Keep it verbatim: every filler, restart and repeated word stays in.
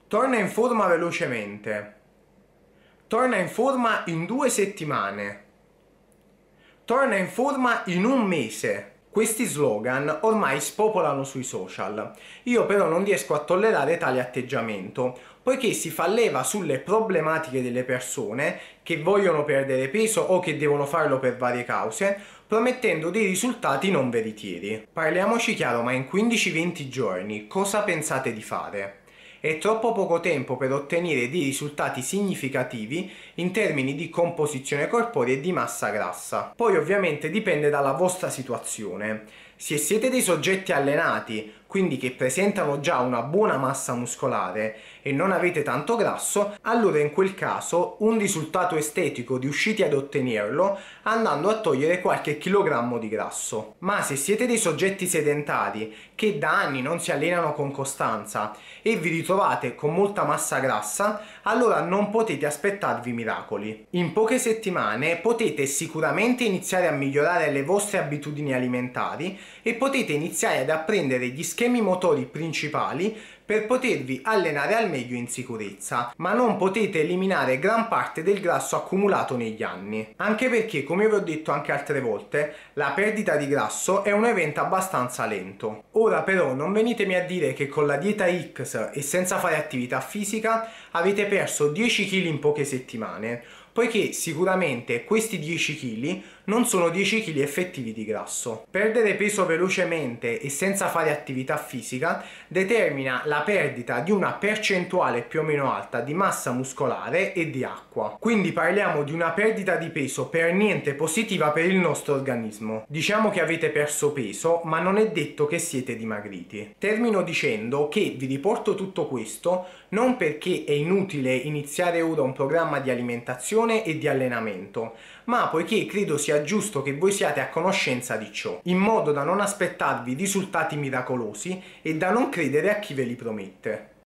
Torna in forma velocemente. Torna in forma in due settimane. Torna in forma in un mese. Questi slogan ormai spopolano sui social. Io però non riesco a tollerare tale atteggiamento, poiché si fa leva sulle problematiche delle persone che vogliono perdere peso o che devono farlo per varie cause, promettendo dei risultati non veritieri. Parliamoci chiaro, ma in quindici venti giorni cosa pensate di fare? È troppo poco tempo per ottenere dei risultati significativi in termini di composizione corporea e di massa grassa. Poi ovviamente dipende dalla vostra situazione. Se siete dei soggetti allenati, quindi che presentano già una buona massa muscolare e non avete tanto grasso, allora in quel caso un risultato estetico riuscite ad ottenerlo andando a togliere qualche chilogrammo di grasso. Ma se siete dei soggetti sedentari che da anni non si allenano con costanza e vi ritrovate con molta massa grassa, allora non potete aspettarvi miracoli. In poche settimane potete sicuramente iniziare a migliorare le vostre abitudini alimentari e potete iniziare ad apprendere gli schemi motori principali per potervi allenare al meglio in sicurezza, ma non potete eliminare gran parte del grasso accumulato negli anni. Anche perché, come vi ho detto anche altre volte, la perdita di grasso è un evento abbastanza lento. Ora però non venitemi a dire che con la dieta X e senza fare attività fisica avete perso dieci chili in poche settimane, poiché sicuramente questi dieci chili non sono dieci chili effettivi di grasso. Perdere peso velocemente e senza fare attività fisica determina la perdita di una percentuale più o meno alta di massa muscolare e di acqua. Quindi parliamo di una perdita di peso per niente positiva per il nostro organismo. Diciamo che avete perso peso, ma non è detto che siete dimagriti. Termino dicendo che vi riporto tutto questo non perché è inutile iniziare ora un programma di alimentazione e di allenamento, ma poiché credo sia giusto che voi siate a conoscenza di ciò, in modo da non aspettarvi risultati miracolosi e da non credere a chi ve li promette.